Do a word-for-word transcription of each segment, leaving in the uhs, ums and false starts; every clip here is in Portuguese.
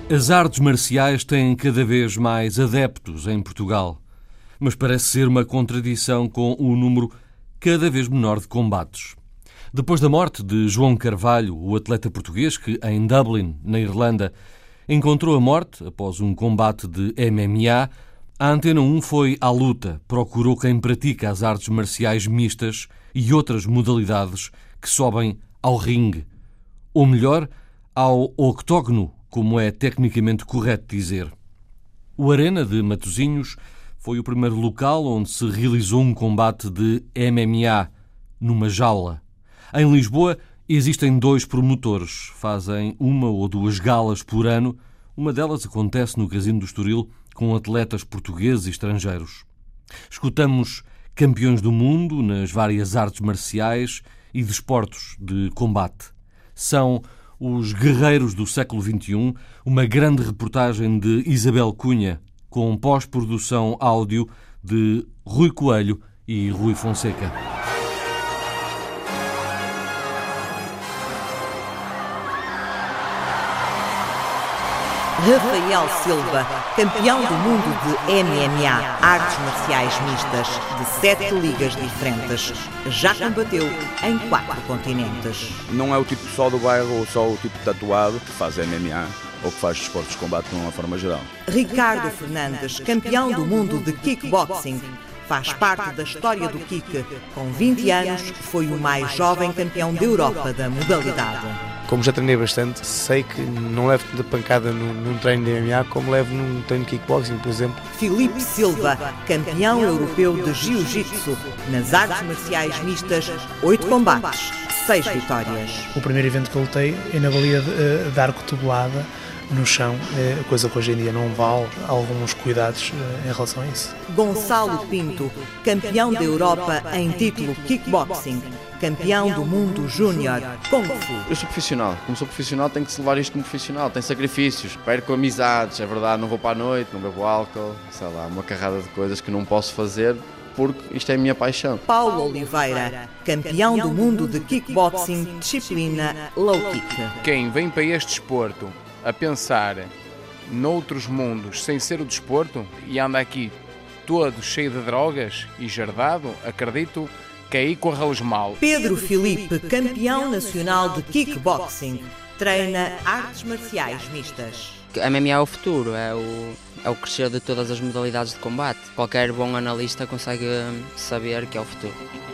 As artes marciais têm cada vez mais adeptos em Portugal, mas parece ser uma contradição com o número cada vez menor de combates. Depois da morte de João Carvalho, o atleta português que, em Dublin, na Irlanda, encontrou a morte após um combate de M M A, a Antena um foi à luta, procurou quem pratica as artes marciais mistas e outras modalidades que sobem ao ringue, ou melhor, ao octógono, como é tecnicamente correto dizer. O Arena de Matosinhos foi o primeiro local onde se realizou um combate de M M A, numa jaula. Em Lisboa existem dois promotores, fazem uma ou duas galas por ano. Uma delas acontece no Casino do Estoril com atletas portugueses e estrangeiros. Escutamos campeões do mundo nas várias artes marciais e desportos de combate. São os guerreiros do século vinte e um, uma grande reportagem de Isabel Cunha, com pós-produção áudio de Rui Coelho e Rui Fonseca. Rafael Silva, campeão do mundo de M M A, artes marciais mistas, de sete ligas diferentes, já combateu em quatro continentes. Não é o tipo só do bairro ou só o tipo tatuado que faz M M A ou que faz desportos de combate de uma forma geral. Ricardo Fernandes, campeão do mundo de kickboxing, faz parte da história do kick. Com vinte anos, foi o mais jovem campeão da Europa da modalidade. Como já treinei bastante, sei que não levo tanta pancada num, num treino de M M A como levo num treino de kickboxing, por exemplo. Filipe Silva, campeão europeu de jiu-jitsu. Nas artes marciais mistas, oito combates, seis vitórias. O primeiro evento que eu lutei é na valia de, de arco tubulada no chão, é coisa que hoje em dia não vale, há alguns cuidados em relação a isso. Gonçalo Pinto, campeão da Europa em título kickboxing. Campeão do mundo júnior Kung Fu. Eu sou profissional. Como sou profissional, tenho que se levar isto como profissional. Tem sacrifícios, perco amizades, é verdade, não vou para a noite, não bebo álcool, sei lá, uma carrada de coisas que não posso fazer porque isto é a minha paixão. Paulo Oliveira, campeão do mundo de kickboxing, disciplina low kick. Quem vem para este desporto a pensar noutros mundos sem ser o desporto e anda aqui todo cheio de drogas e jardado, acredito que aí correu-os mal. Pedro Filipe, campeão nacional de kickboxing, treina artes marciais mistas. A M M A é o futuro, é o, é o crescer de todas as modalidades de combate. Qualquer bom analista consegue saber que é o futuro.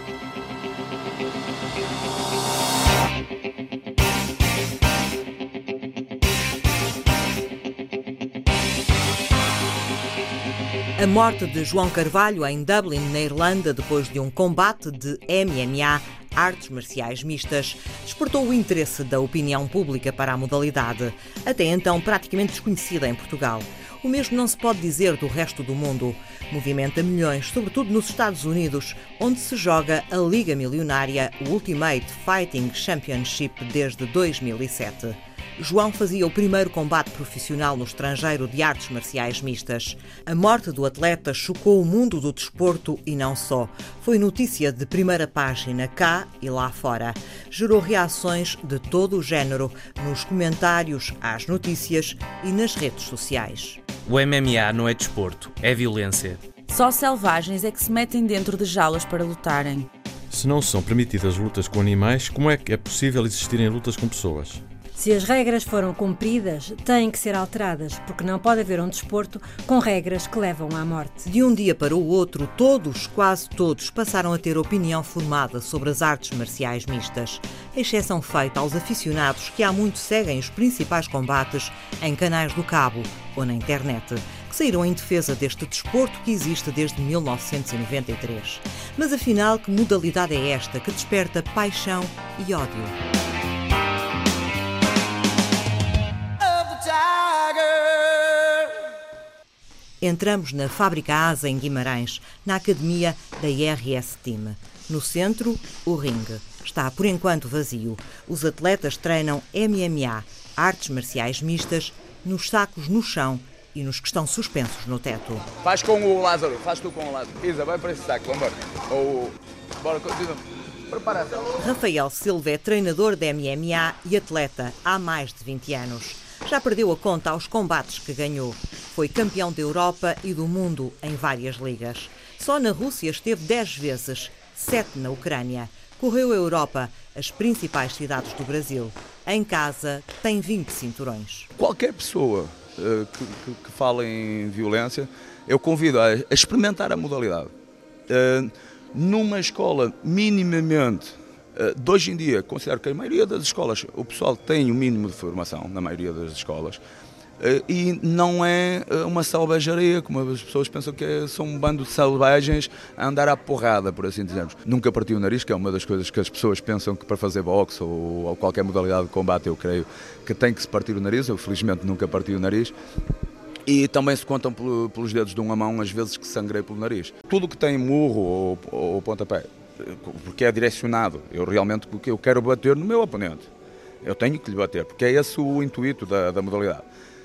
A morte de João Carvalho em Dublin, na Irlanda, depois de um combate de M M A, artes marciais mistas, despertou o interesse da opinião pública para a modalidade, até então praticamente desconhecida em Portugal. O mesmo não se pode dizer do resto do mundo. Movimenta milhões, sobretudo nos Estados Unidos, onde se joga a Liga Milionária Ultimate Fighting Championship desde dois mil e sete. João fazia o primeiro combate profissional no estrangeiro de artes marciais mistas. A morte do atleta chocou o mundo do desporto e não só. Foi notícia de primeira página cá e lá fora. Gerou reações de todo o género nos comentários, às notícias e nas redes sociais. O M M A não é desporto, é violência. Só selvagens é que se metem dentro de jaulas para lutarem. Se não são permitidas lutas com animais, como é que é possível existirem lutas com pessoas? Se as regras foram cumpridas, têm que ser alteradas, porque não pode haver um desporto com regras que levam à morte. De um dia para o outro, todos, quase todos, passaram a ter opinião formada sobre as artes marciais mistas, exceção feita aos aficionados que há muito seguem os principais combates em canais do cabo ou na internet, que saíram em defesa deste desporto que existe desde mil novecentos e noventa e três. Mas afinal, que modalidade é esta que desperta paixão e ódio? Entramos na Fábrica Asa, em Guimarães, na academia da I R S Team. No centro, o ringue. Está, por enquanto, vazio. Os atletas treinam M M A, artes marciais mistas, nos sacos no chão e nos que estão suspensos no teto. Faz com o Lázaro, faz tu com o Lázaro. Isa, vai para esse saco, vamos embora. Ou, bora, continua. Preparação. Rafael Silva é treinador de M M A e atleta há mais de vinte anos. Já perdeu a conta aos combates que ganhou. Foi campeão da Europa e do mundo em várias ligas. Só na Rússia esteve dez vezes, sete na Ucrânia. Correu a Europa, as principais cidades do Brasil. Em casa, tem vinte cinturões. Qualquer pessoa uh, que, que, que fala em violência, eu convido a, a experimentar a modalidade. Uh, numa escola minimamente, uh, de hoje em dia, considero que a maioria das escolas, o pessoal tem o mínimo de formação, na maioria das escolas, uh, e não é uma selvageria, como as pessoas pensam que é, são um bando de selvagens a andar à porrada, por assim dizermos. Nunca parti o nariz, que é uma das coisas que as pessoas pensam que para fazer boxe ou, ou qualquer modalidade de combate, eu creio que tem que se partir o nariz. Eu felizmente nunca parti o nariz. E também se contam pelos dedos de uma mão as vezes que sangrei pelo nariz. Tudo que tem murro ou, ou pontapé, porque é direcionado, eu realmente porque eu quero bater no meu oponente. Eu tenho que lhe bater, porque é esse o intuito da, da modalidade.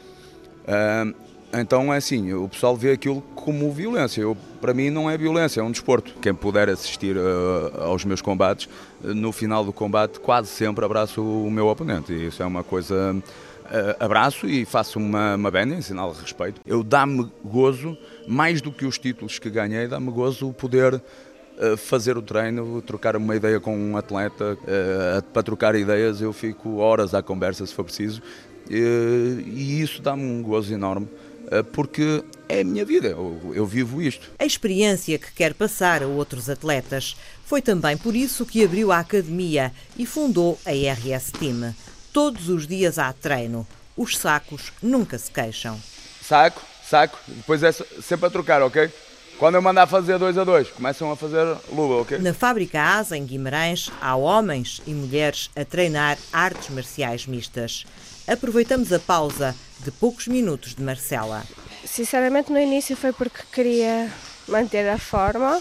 Uh, então é assim, o pessoal vê aquilo como violência. Eu, para mim não é violência, é um desporto. Quem puder assistir uh, aos meus combates, uh, no final do combate quase sempre abraço o meu oponente. E isso é uma coisa... Uh, abraço e faço uma, uma benda em sinal de respeito. Eu dá-me gozo, mais do que os títulos que ganhei, dá-me gozo poder uh, fazer o treino, trocar uma ideia com um atleta. Uh, para trocar ideias eu fico horas à conversa se for preciso, uh, e isso dá-me um gozo enorme, uh, porque é a minha vida, eu, eu vivo isto. A experiência que quer passar a outros atletas. Foi também por isso que abriu a academia e fundou a R S Team. Todos os dias há treino. Os sacos nunca se queixam. Saco, saco, depois é sempre a trocar, ok? Quando eu mandar fazer dois a dois, começam a fazer luva, ok? Na Fábrica Asa, em Guimarães, há homens e mulheres a treinar artes marciais mistas. Aproveitamos a pausa de poucos minutos de Marcela. Sinceramente, no início foi porque queria manter a forma,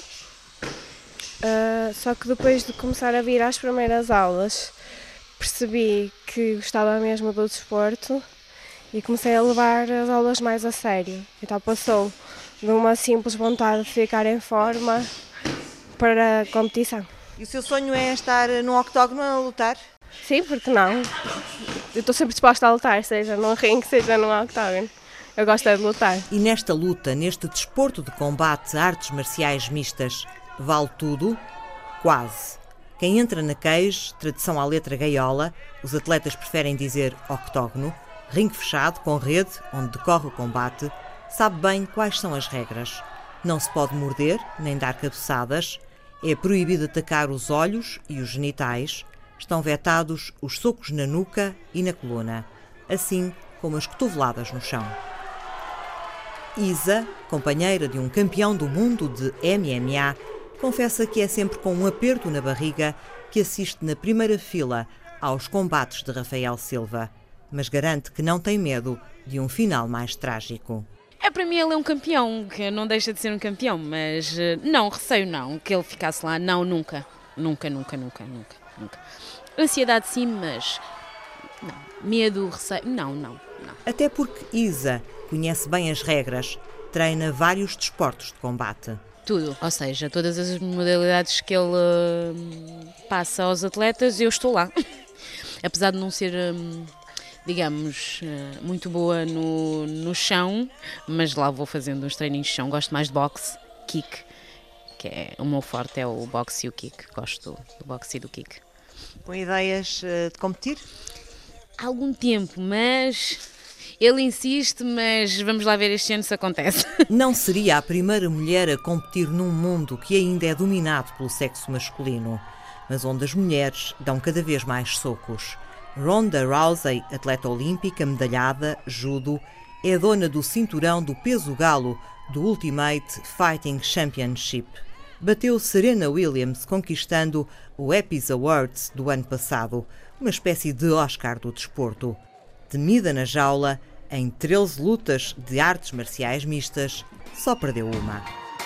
uh, só que depois de começar a vir às primeiras aulas, percebi que gostava mesmo do desporto e comecei a levar as aulas mais a sério. Então passou de uma simples vontade de ficar em forma para a competição. E o seu sonho é estar num octógono a lutar? Sim, porque não? Eu estou sempre disposta a lutar, seja num ringue, seja num octógono. Eu gosto é de lutar. E nesta luta, neste desporto de combate, artes marciais mistas, vale tudo? Quase. Quem entra na cage, tradução à letra gaiola, os atletas preferem dizer octógono, ringue fechado com rede, onde decorre o combate, sabe bem quais são as regras. Não se pode morder, nem dar cabeçadas, é proibido atacar os olhos e os genitais, estão vetados os socos na nuca e na coluna, assim como as cotoveladas no chão. Isa, companheira de um campeão do mundo de M M A, confessa que é sempre com um aperto na barriga que assiste na primeira fila aos combates de Rafael Silva, mas garante que não tem medo de um final mais trágico. É, para mim ele é um campeão, que não deixa de ser um campeão, mas não, receio não, que ele ficasse lá, não, nunca, nunca, nunca, nunca, nunca, nunca. Ansiedade sim, mas não, medo, receio, não, não, não. Até porque Isa conhece bem as regras, treina vários desportos de combate. Tudo, ou seja, todas as modalidades que ele uh, passa aos atletas, eu estou lá. Apesar de não ser, um, digamos, uh, muito boa no, no chão, mas lá vou fazendo uns treininhos de chão. Gosto mais de boxe, kick, que é o meu forte é o boxe e o kick. Gosto do boxe e do kick. Com ideias uh, de competir? Há algum tempo, mas... Ele insiste, mas vamos lá ver este ano se acontece. Não seria a primeira mulher a competir num mundo que ainda é dominado pelo sexo masculino, mas onde as mulheres dão cada vez mais socos. Ronda Rousey, atleta olímpica, medalhada, judo, é dona do cinturão do peso galo do Ultimate Fighting Championship. Bateu Serena Williams conquistando o Epps Awards do ano passado, uma espécie de Oscar do desporto. Temida na jaula, em treze lutas de artes marciais mistas, só perdeu uma.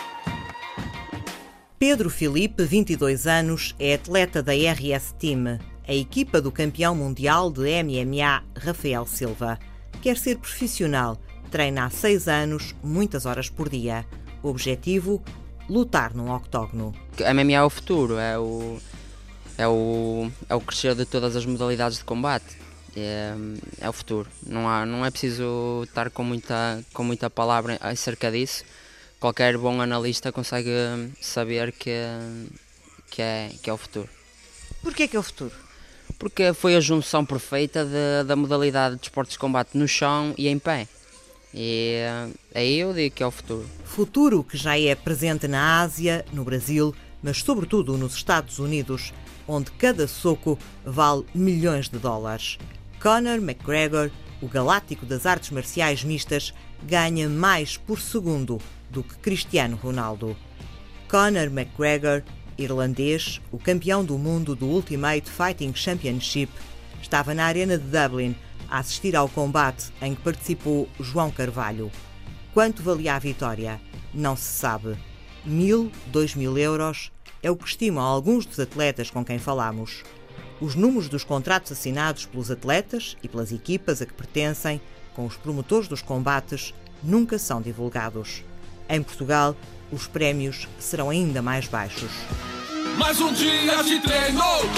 Pedro Filipe, vinte e dois anos, é atleta da R S Team, a equipa do campeão mundial de M M A, Rafael Silva. Quer ser profissional, treina há seis anos, muitas horas por dia. O objetivo, lutar num octógono. M M A é o futuro, é o, é o, é o crescer de todas as modalidades de combate. é, é o futuro. Não, há, não é preciso estar com muita, com muita palavra acerca disso. Qualquer bom analista consegue saber que, que, é, que é o futuro. Porquê que é o futuro? Porque foi a junção perfeita de, da modalidade de esportes de combate no chão e em pé. E aí eu digo que é o futuro. Futuro que já é presente na Ásia, no Brasil, mas sobretudo nos Estados Unidos, onde cada soco vale milhões de dólares. Conor McGregor, o galáctico das artes marciais mistas, ganha mais por segundo do que Cristiano Ronaldo. Conor McGregor, irlandês, o campeão do mundo do Ultimate Fighting Championship, estava na Arena de Dublin a assistir ao combate em que participou João Carvalho. Quanto valia a vitória? Não se sabe. Mil, dois mil euros é o que estimam alguns dos atletas com quem falamos. Os números dos contratos assinados pelos atletas e pelas equipas a que pertencem, com os promotores dos combates, nunca são divulgados. Em Portugal, os prémios serão ainda mais baixos. Mais um dia de treino,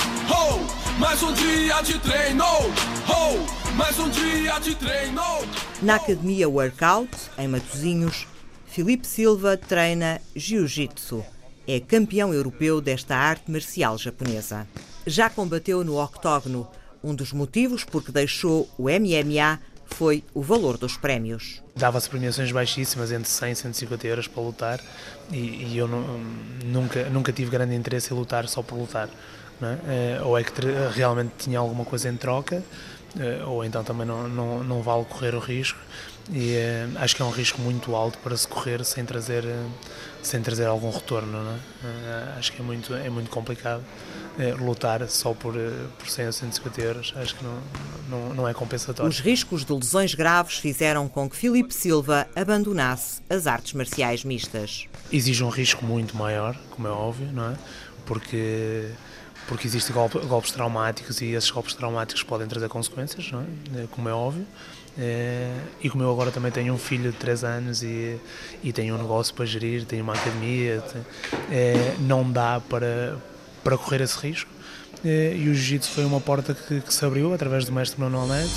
oh! Mais um dia de treino, oh! Mais um dia de treino. Na Academia Workout, em Matosinhos, Filipe Silva treina Jiu-Jitsu. É campeão europeu desta arte marcial japonesa. Já combateu no octógono. Um dos motivos por que deixou o M M A foi o valor dos prémios. Dava-se premiações baixíssimas, entre cem e cento e cinquenta euros para lutar, e, e eu não, nunca, nunca tive grande interesse em lutar só por lutar. Não é? Ou é que realmente tinha alguma coisa em troca, ou então também não, não, não vale correr o risco, e uh, acho que é um risco muito alto para se correr sem trazer, uh, sem trazer algum retorno. Não é? Uh, acho que é muito, é muito complicado uh, lutar só por, uh, por cem ou cento e cinquenta euros, acho que não, não, não é compensatório. Os riscos de lesões graves fizeram com que Filipe Silva abandonasse as artes marciais mistas. Exige um risco muito maior, como é óbvio, não é? Porque... porque existem golpe, golpes traumáticos e esses golpes traumáticos podem trazer consequências, não é? Como é óbvio. É, e como eu agora também tenho um filho de três anos e, e tenho um negócio para gerir, tenho uma academia, é, não dá para, para correr esse risco. É, e o Jiu-Jitsu foi uma porta que, que se abriu através do mestre Manuel Neto.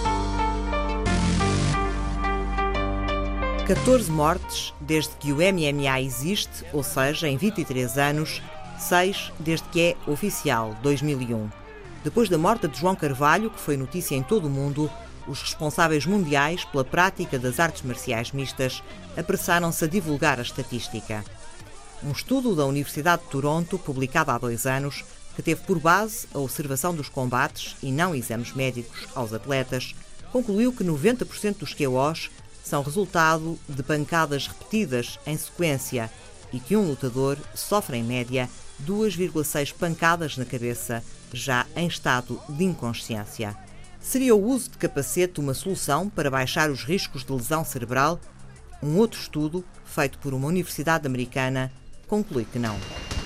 catorze mortes desde que o M M A existe, ou seja, em vinte e três anos, seis desde que é oficial, dois mil e um. Depois da morte de João Carvalho, que foi notícia em todo o mundo, os responsáveis mundiais pela prática das artes marciais mistas apressaram-se a divulgar a estatística. Um estudo da Universidade de Toronto, publicado há dois anos, que teve por base a observação dos combates e não exames médicos aos atletas, concluiu que noventa por cento dos Q Os são resultado de pancadas repetidas em sequência e que um lutador sofre, em média, duas vírgula seis pancadas na cabeça, já em estado de inconsciência. Seria o uso de capacete uma solução para baixar os riscos de lesão cerebral? Um outro estudo, feito por uma universidade americana, conclui que não.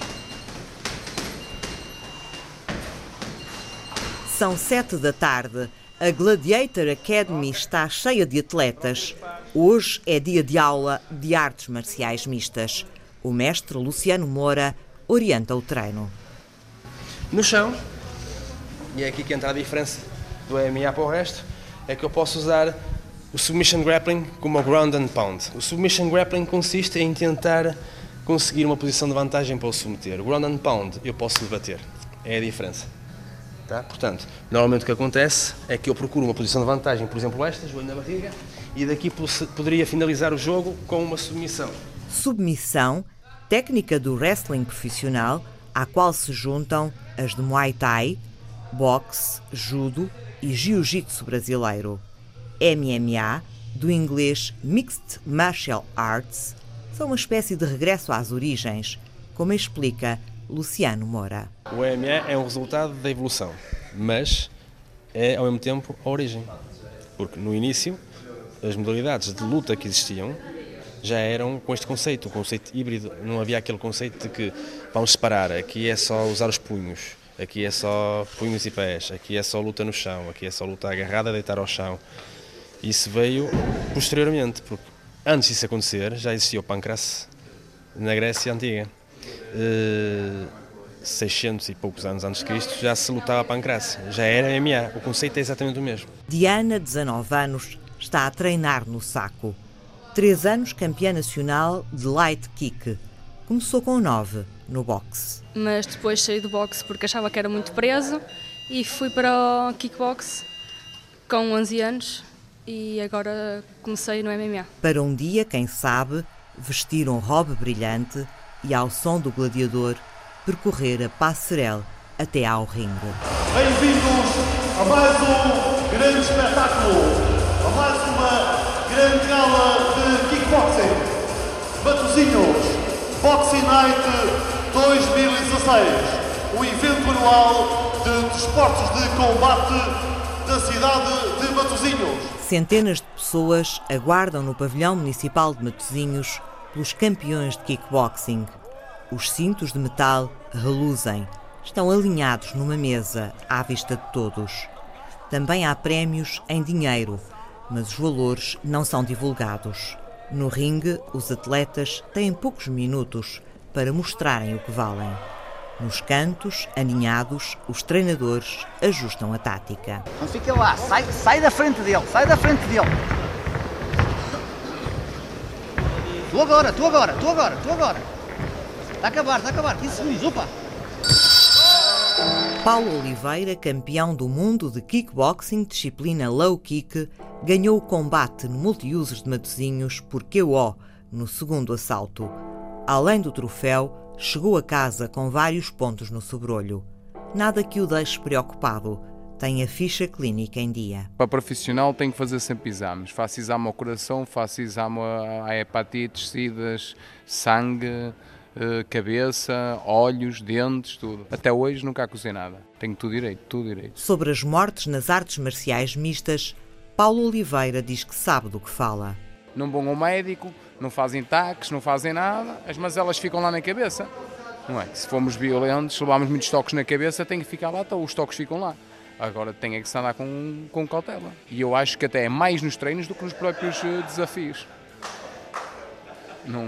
São sete da tarde. A Gladiator Academy está cheia de atletas. Hoje é dia de aula de artes marciais mistas. O mestre Luciano Moura orienta o treino. No chão, e é aqui que entra a diferença do M M A para o resto, é que eu posso usar o Submission Grappling como o Ground and Pound. O Submission Grappling consiste em tentar conseguir uma posição de vantagem para o submeter. O Ground and Pound eu posso lhe bater. É a diferença. Tá? Portanto, normalmente o que acontece é que eu procuro uma posição de vantagem, por exemplo esta, joelho na barriga, e daqui poderia finalizar o jogo com uma submissão. Submissão, técnica do wrestling profissional, à qual se juntam as de Muay Thai, boxe, judo e jiu-jitsu brasileiro. M M A, do inglês Mixed Martial Arts, são uma espécie de regresso às origens, como explica Luciano Moura. O M M A é um resultado da evolução, mas é ao mesmo tempo a origem, porque no início as modalidades de luta que existiam já eram com este conceito, um conceito híbrido. Não havia aquele conceito de que vamos separar, aqui é só usar os punhos, aqui é só punhos e pés, aqui é só luta no chão, aqui é só luta agarrada, deitar ao chão. Isso veio posteriormente, porque antes disso acontecer já existia o pancrace na Grécia Antiga. seiscentos e poucos anos antes de Cristo, já se lutava pancrace, já era M M A, o conceito é exatamente o mesmo. Diana, dezanove anos, está a treinar no saco. Três anos campeã nacional de light kick. Começou com nove no boxe. Mas depois saí do boxe porque achava que era muito preso e fui para o kickbox com onze anos e agora comecei no M M A. Para um dia, quem sabe, vestir um robe brilhante e ao som do gladiador percorrer a passarela até ao ringue. Bem-vindos a mais um grande espetáculo, a mais uma grande gala de kickboxing. Matosinhos, Boxing Night dois mil e dezasseis, o evento anual de desportos de combate da cidade de Matosinhos. Centenas de pessoas aguardam no pavilhão municipal de Matosinhos pelos campeões de kickboxing. Os cintos de metal reluzem, estão alinhados numa mesa à vista de todos. Também há prémios em dinheiro, mas os valores não são divulgados. No ringue, os atletas têm poucos minutos para mostrarem o que valem. Nos cantos, aninhados, os treinadores ajustam a tática. Não fica lá, sai, sai da frente dele, sai da frente dele. Tu agora, tu agora, tu agora, tu agora. Está a acabar, está a acabar, quinze segundos, opa! Paulo Oliveira, campeão do mundo de kickboxing, disciplina low kick, ganhou o combate no multiusos de Matosinhos por K O no segundo assalto. Além do troféu, chegou a casa com vários pontos no sobrolho. Nada que o deixe preocupado. Tem a ficha clínica em dia. Para profissional tenho que fazer sempre exames. Faço exame ao coração, faço exame a hepatite, tecidas, sangue, cabeça, olhos, dentes, tudo. Até hoje nunca acusei nada. Tenho tudo direito, tudo direito. Sobre as mortes nas artes marciais mistas, Paulo Oliveira diz que sabe do que fala. Não vão ao médico, não fazem taques, não fazem nada, mas elas ficam lá na cabeça. Não é? Se formos violentos, se levarmos muitos toques na cabeça, tem que ficar lá, então os toques ficam lá. Agora tem é que se andar com, com cautela. E eu acho que até é mais nos treinos do que nos próprios desafios. Não,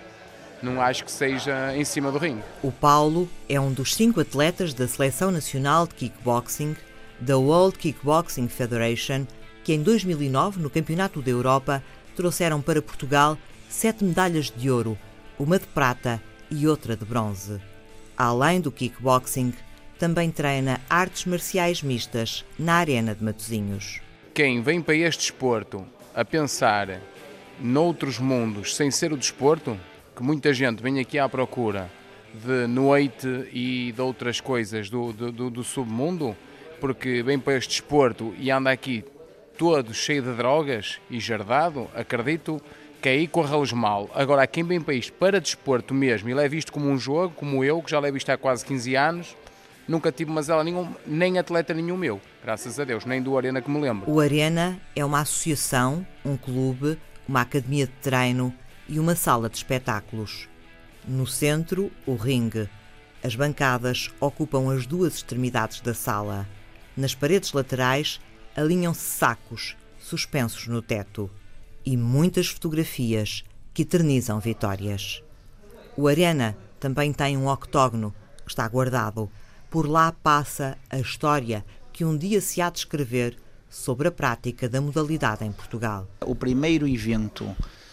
não acho que seja em cima do ringue. O Paulo é um dos cinco atletas da Seleção Nacional de Kickboxing, da World Kickboxing Federation, que em dois mil e nove, no Campeonato da Europa, trouxeram para Portugal sete medalhas de ouro, uma de prata e outra de bronze. Além do kickboxing, também treina artes marciais mistas na Arena de Matosinhos. Quem vem para este desporto a pensar noutros mundos sem ser o desporto, que muita gente vem aqui à procura de noite e de outras coisas do, do, do submundo, porque vem para este desporto e anda aqui todo cheio de drogas e jardado, acredito que aí corre-lhes mal. Agora, quem vem para isto para desporto mesmo e leva isto como um jogo, como eu, que já levo isto há quase quinze anos, nunca tive mazela nenhum, nem atleta nenhum meu, graças a Deus, nem do Arena que me lembro. O Arena é uma associação, um clube, uma academia de treino e uma sala de espetáculos. No centro, o ringue. As bancadas ocupam as duas extremidades da sala. Nas paredes laterais, alinham-se sacos, suspensos no teto, e muitas fotografias que eternizam vitórias. O Arena também tem um octógono que está guardado. Por lá passa a história que um dia se há de escrever sobre a prática da modalidade em Portugal. O primeiro evento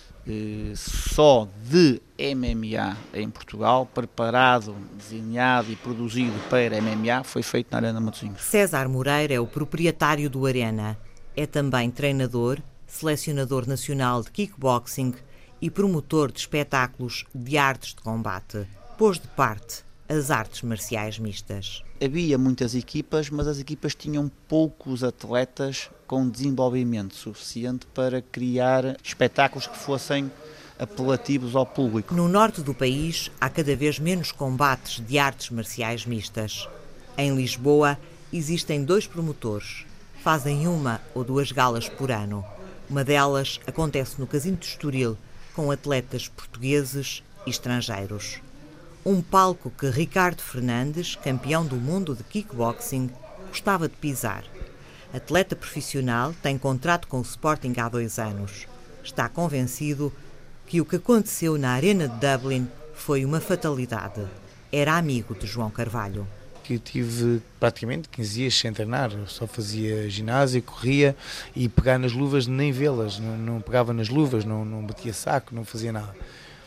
eh, só de M M A em Portugal, preparado, desenhado e produzido para M M A, foi feito na Arena Matosinhos. César Moreira é o proprietário do Arena. É também treinador, selecionador nacional de kickboxing e promotor de espetáculos de artes de combate. Pôs de parte as artes marciais mistas. Havia muitas equipas, mas as equipas tinham poucos atletas com desenvolvimento suficiente para criar espetáculos que fossem apelativos ao público. No norte do país há cada vez menos combates de artes marciais mistas. Em Lisboa existem dois promotores. Fazem uma ou duas galas por ano. Uma delas acontece no Casino de Estoril, com atletas portugueses e estrangeiros. Um palco que Ricardo Fernandes, campeão do mundo de kickboxing, gostava de pisar. Atleta profissional, tem contrato com o Sporting há dois anos. Está convencido que o que aconteceu na Arena de Dublin foi uma fatalidade. era amigo de João Carvalho. Que tive praticamente quinze dias sem treinar, eu só fazia ginásio, corria e pegar nas luvas nem vê-las, não, não pegava nas luvas, não, não batia saco, não fazia nada.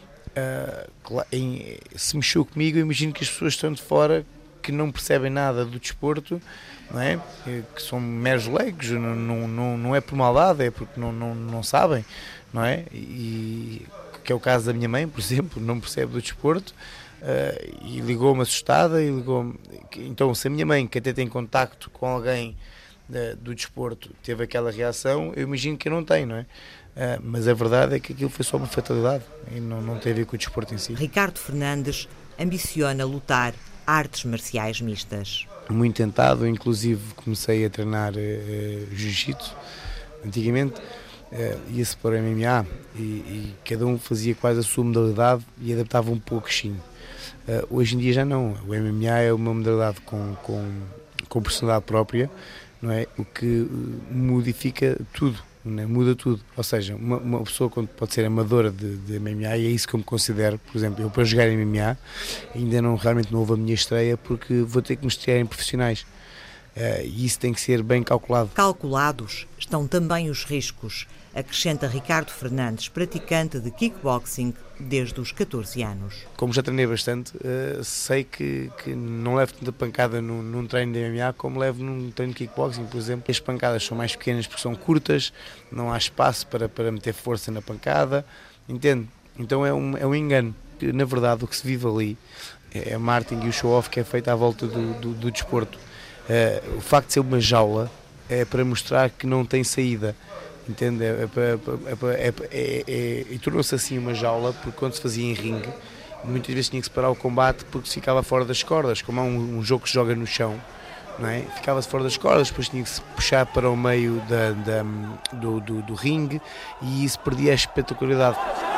Uh, em, se mexeu comigo, eu imagino que as pessoas estão de fora, que não percebem nada do desporto, não é? Que são meros leigos, não, não, não, não é por maldade, é porque não, não, não sabem, não é? E que é o caso da minha mãe, por exemplo, não percebe do desporto. Uh, e ligou-me assustada e ligou-me. Então, se a minha mãe, que até tem contacto com alguém uh, do desporto, teve aquela reação, eu imagino que eu não tenho, não é? Uh, mas a verdade é que aquilo foi só uma fatalidade e não, não tem a ver com o desporto em si. Ricardo Fernandes ambiciona lutar artes marciais mistas. Muito tentado, inclusive comecei a treinar uh, jiu-jitsu antigamente. Uh, ia-se para o M M A e, e cada um fazia quase a sua modalidade e adaptava um pouquinho. Uh, hoje em dia já não, o M M A é uma modalidade com, com, com personalidade própria, não é? O que modifica tudo, não é? Muda tudo. Ou seja, uma, uma pessoa quando pode ser amadora de, de M M A, e é isso que eu me considero, por exemplo, eu para jogar em M M A ainda não, realmente não houve a minha estreia porque vou ter que me estrear em profissionais. Uh, e isso tem que ser bem calculado. Calculados estão também os riscos, acrescenta Ricardo Fernandes, praticante de kickboxing desde os catorze anos. Como já treinei bastante, uh, sei que, que não levo tanta pancada num, num treino de M M A como levo num treino de kickboxing, por exemplo. As pancadas são mais pequenas porque são curtas, não há espaço para, para meter força na pancada, entende? Então é um, é um engano. Na verdade, o que se vive ali é a marketing e o show-off que é feito à volta do, do, do desporto. Uh, o facto de ser uma jaula é para mostrar que não tem saída, entende? É, é, é, é, é, e tornou-se assim uma jaula porque quando se fazia em ringue muitas vezes tinha que separar o combate porque se ficava fora das cordas, como há um, um jogo que se joga no chão, não é? Ficava-se fora das cordas, depois tinha que se puxar para o meio da, da, do, do, do ringue e isso perdia a espetacularidade.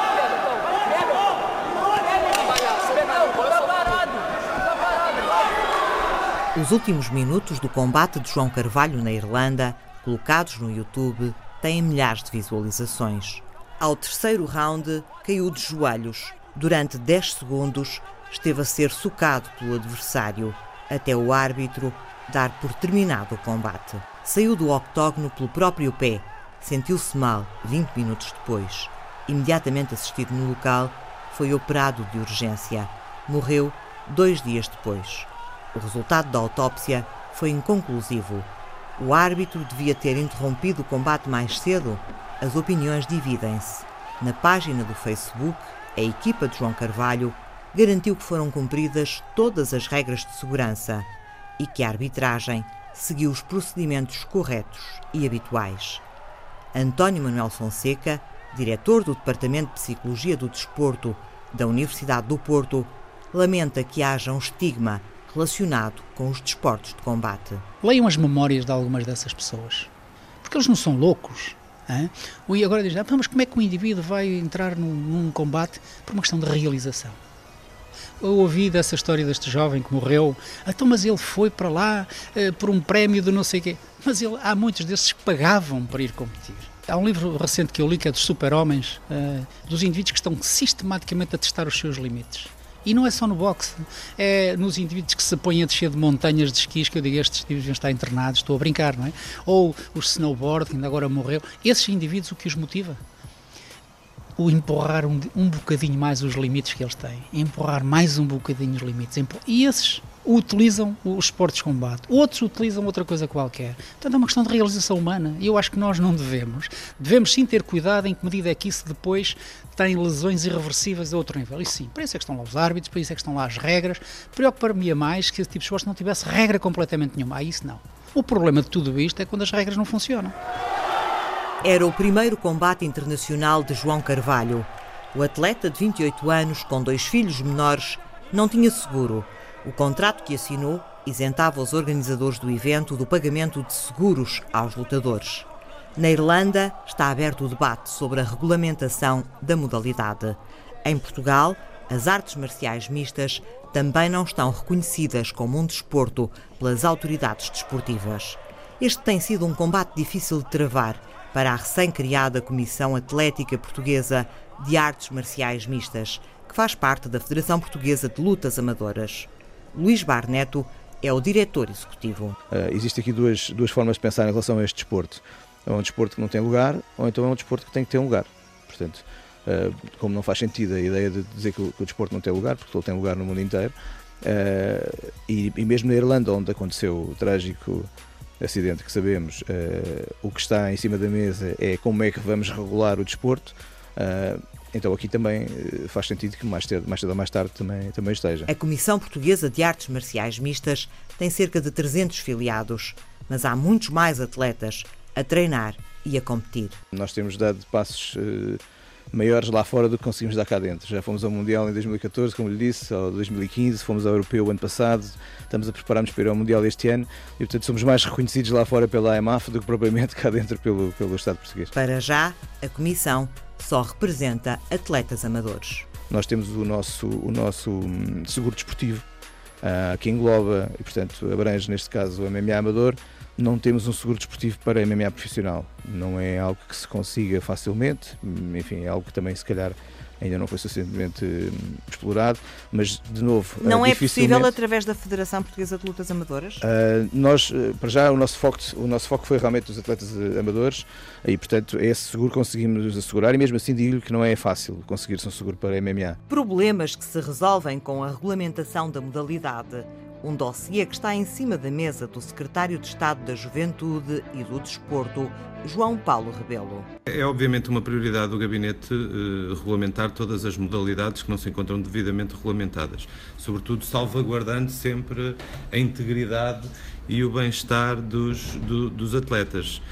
Os últimos minutos do combate de João Carvalho na Irlanda, colocados no YouTube, têm milhares de visualizações. Ao terceiro round, caiu de joelhos. Durante dez segundos, esteve a ser socado pelo adversário, até o árbitro dar por terminado o combate. Saiu do octógono pelo próprio pé. Sentiu-se mal vinte minutos depois. Imediatamente assistido no local, foi operado de urgência. Morreu dois dias depois. O resultado da autópsia foi inconclusivo. O árbitro devia ter interrompido o combate mais cedo. As opiniões dividem-se. Na página do Facebook, a equipa de João Carvalho garantiu que foram cumpridas todas as regras de segurança e que a arbitragem seguiu os procedimentos corretos e habituais. António Manuel Fonseca, diretor do Departamento de Psicologia do Desporto da Universidade do Porto, lamenta que haja um estigma relacionado com os desportos de combate. Leiam as memórias de algumas dessas pessoas, porque eles não são loucos. Hein? E agora dizem, ah, mas como é que um indivíduo vai entrar num, num combate por uma questão de realização? Eu ouvi dessa história deste jovem que morreu, então, mas ele foi para lá uh, por um prémio de não sei o quê. Mas ele, há muitos desses que pagavam para ir competir. Há um livro recente que eu li que é dos super-homens, uh, dos indivíduos que estão sistematicamente a testar os seus limites. E não é só no boxe, é nos indivíduos que se põem a descer de montanhas de esquis, que eu digo, estes indivíduos vão estar internados, estou a brincar, não é? Ou os snowboard, que ainda agora morreu. Esses indivíduos, o que os motiva? O empurrar um, um bocadinho mais os limites que eles têm, empurrar mais um bocadinho os limites. E esses utilizam os esportes de combate, outros utilizam outra coisa qualquer. Portanto, é uma questão de realização humana. E eu acho que nós não devemos. Devemos sim ter cuidado em que medida é que isso depois tem lesões irreversíveis a outro nível. E sim, para isso é que estão lá os árbitros, para isso é que estão lá as regras. Preocupar-me mais que esse tipo de esporte não tivesse regra completamente nenhuma. Ah, isso não. O problema de tudo isto é quando as regras não funcionam. Era o primeiro combate internacional de João Carvalho. O atleta de vinte e oito anos, com dois filhos menores, não tinha seguro. O contrato que assinou isentava os organizadores do evento do pagamento de seguros aos lutadores. Na Irlanda está aberto o debate sobre a regulamentação da modalidade. Em Portugal, as artes marciais mistas também não estão reconhecidas como um desporto pelas autoridades desportivas. Este tem sido um combate difícil de travar para a recém-criada Comissão Atlética Portuguesa de Artes Marciais Mistas, que faz parte da Federação Portuguesa de Lutas Amadoras. Luís Barneto é o diretor executivo. Uh, Existem aqui duas, duas formas de pensar em relação a este desporto. É um desporto que não tem lugar, ou então é um desporto que tem que ter um lugar. Portanto, uh, como não faz sentido a ideia de dizer que o, que o desporto não tem lugar, porque ele tem lugar no mundo inteiro, uh, e, e mesmo na Irlanda, onde aconteceu o trágico acidente que sabemos, uh, o que está em cima da mesa é como é que vamos regular o desporto. Uh, então aqui também uh, faz sentido que mais cedo, mais cedo ou mais tarde também, também esteja. A Comissão Portuguesa de Artes Marciais Mistas tem cerca de trezentos filiados, mas há muitos mais atletas a treinar e a competir. Nós temos dado passos uh, maiores lá fora do que conseguimos dar cá dentro. Já fomos ao Mundial em dois mil e catorze, como lhe disse, ou dois mil e quinze, fomos ao Europeu o ano passado, estamos a preparar-nos para ir ao Mundial este ano e, portanto, somos mais reconhecidos lá fora pela A M A F do que propriamente cá dentro pelo, pelo Estado português. Para já, a Comissão só representa atletas amadores. Nós temos o nosso, o nosso seguro desportivo, uh, que engloba e, portanto, abrange, neste caso, o M M A amador. Não temos um seguro desportivo para M M A profissional. Não é algo que se consiga facilmente, enfim, é algo que também, se calhar, ainda não foi suficientemente hum, explorado, mas, de novo, não é dificilmente... possível através da Federação Portuguesa de Lutas Amadoras? Uh, nós, para já, o nosso, foco, o nosso foco foi realmente os atletas amadores e, portanto, esse seguro conseguimos assegurar e, mesmo assim, digo-lhe que não é fácil conseguir-se um seguro para M M A. Problemas que se resolvem com a regulamentação da modalidade. Um dossiê que está em cima da mesa do Secretário de Estado da Juventude e do Desporto, João Paulo Rebelo. É obviamente uma prioridade do Gabinete eh, regulamentar todas as modalidades que não se encontram devidamente regulamentadas, sobretudo salvaguardando sempre a integridade e o bem-estar dos, do, dos atletas.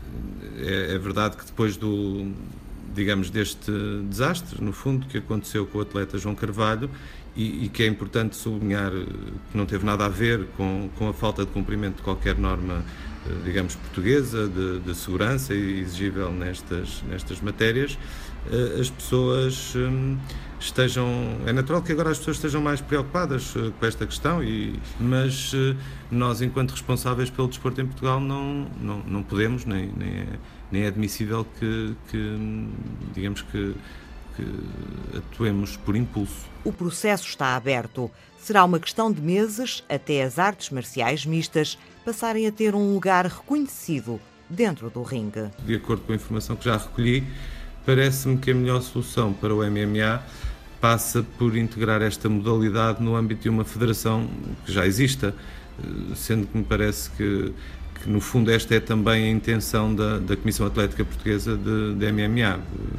É, é verdade que depois do, digamos, deste desastre, no fundo, que aconteceu com o atleta João Carvalho, E, e que é importante sublinhar que não teve nada a ver com, com a falta de cumprimento de qualquer norma, digamos, portuguesa, de, de segurança exigível nestas, nestas matérias, as pessoas estejam... É natural que agora as pessoas estejam mais preocupadas com esta questão, e, mas nós, enquanto responsáveis pelo desporto em Portugal, não, não, não podemos, nem, nem, é, nem é admissível que, que digamos que, que atuemos por impulso. O processo está aberto. Será uma questão de meses até as artes marciais mistas passarem a ter um lugar reconhecido dentro do ringue. De acordo com a informação que já recolhi, parece-me que a melhor solução para o M M A passa por integrar esta modalidade no âmbito de uma federação que já exista, sendo que me parece que, que no fundo, esta é também a intenção da, da Comissão Atlética Portuguesa de, de M M A.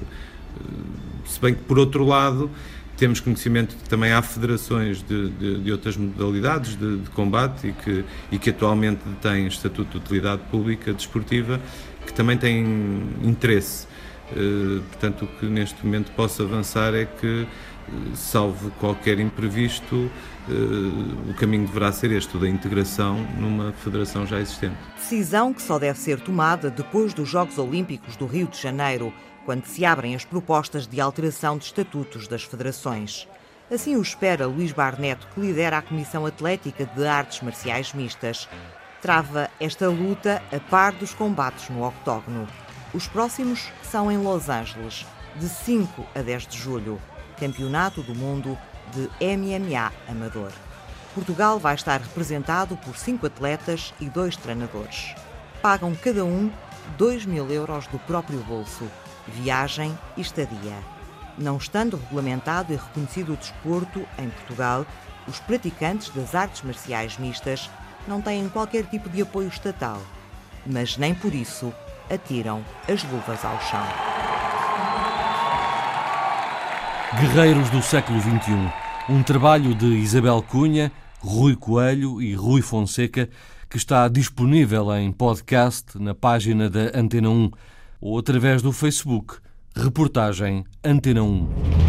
Se bem que, por outro lado, temos conhecimento de que também há federações de, de, de outras modalidades de, de combate e que, e que atualmente têm estatuto de utilidade pública desportiva, que também têm interesse. Uh, portanto, o que neste momento posso avançar é que, salvo qualquer imprevisto, uh, o caminho deverá ser este, o da integração numa federação já existente. Decisão que só deve ser tomada depois dos Jogos Olímpicos do Rio de Janeiro, quando se abrem as propostas de alteração de estatutos das federações. Assim o espera Luís Barneto, que lidera a Comissão Atlética de Artes Marciais Mistas. Trava esta luta a par dos combates no octógono. Os próximos são em Los Angeles, de cinco a dez de julho, Campeonato do Mundo de M M A Amador. Portugal vai estar representado por cinco atletas e dois treinadores. Pagam cada um dois mil euros do próprio bolso, viagem e estadia. Não estando regulamentado e reconhecido o desporto em Portugal, os praticantes das artes marciais mistas não têm qualquer tipo de apoio estatal, mas nem por isso atiram as luvas ao chão. Guerreiros do século vinte e um, um trabalho de Isabel Cunha, Rui Coelho e Rui Fonseca, que está disponível em podcast na página da Antena um ou através do Facebook. Reportagem Antena um.